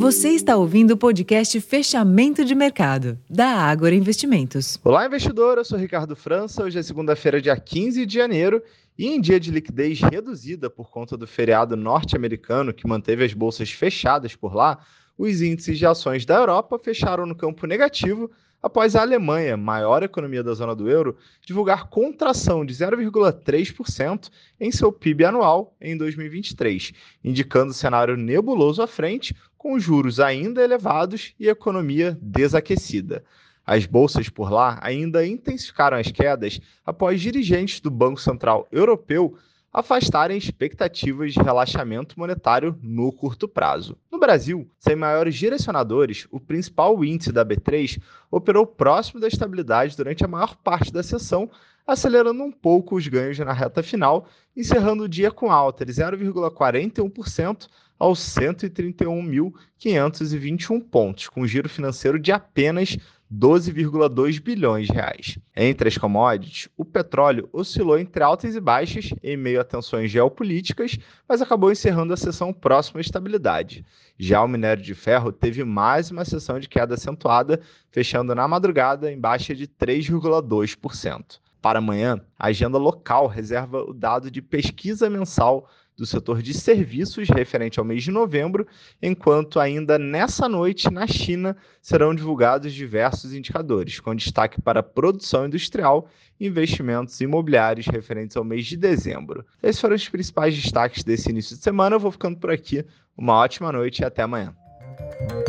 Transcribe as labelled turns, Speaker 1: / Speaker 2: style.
Speaker 1: Você está ouvindo o podcast Fechamento de Mercado, da Ágora Investimentos.
Speaker 2: Olá, investidor! Eu sou Ricardo França. Hoje é segunda-feira, dia 15 de janeiro, e em dia de liquidez reduzida por conta do feriado norte-americano que manteve as bolsas fechadas por lá, os índices de ações da Europa fecharam no campo negativo após a Alemanha, maior economia da zona do euro, divulgar contração de 0,3% em seu PIB anual em 2023, indicando cenário nebuloso à frente, com juros ainda elevados e economia desaquecida. As bolsas por lá ainda intensificaram as quedas após dirigentes do Banco Central Europeu afastarem expectativas de relaxamento monetário no curto prazo. No Brasil, sem maiores direcionadores, o principal índice da B3 operou próximo da estabilidade durante a maior parte da sessão, acelerando um pouco os ganhos na reta final, encerrando o dia com alta de 0,41% aos 131.521 pontos, com giro financeiro de apenas 12,2 bilhões de reais. Entre as commodities, o petróleo oscilou entre altas e baixas em meio a tensões geopolíticas, mas acabou encerrando a sessão próxima à estabilidade. Já o minério de ferro teve mais uma sessão de queda acentuada, fechando na madrugada em baixa de 3,2%. Para amanhã, a agenda local reserva o dado de pesquisa mensal do setor de serviços referente ao mês de novembro, enquanto ainda nessa noite, na China, serão divulgados diversos indicadores, com destaque para a produção industrial e investimentos imobiliários referentes ao mês de dezembro. Esses foram os principais destaques desse início de semana. Eu vou ficando por aqui. Uma ótima noite e até amanhã.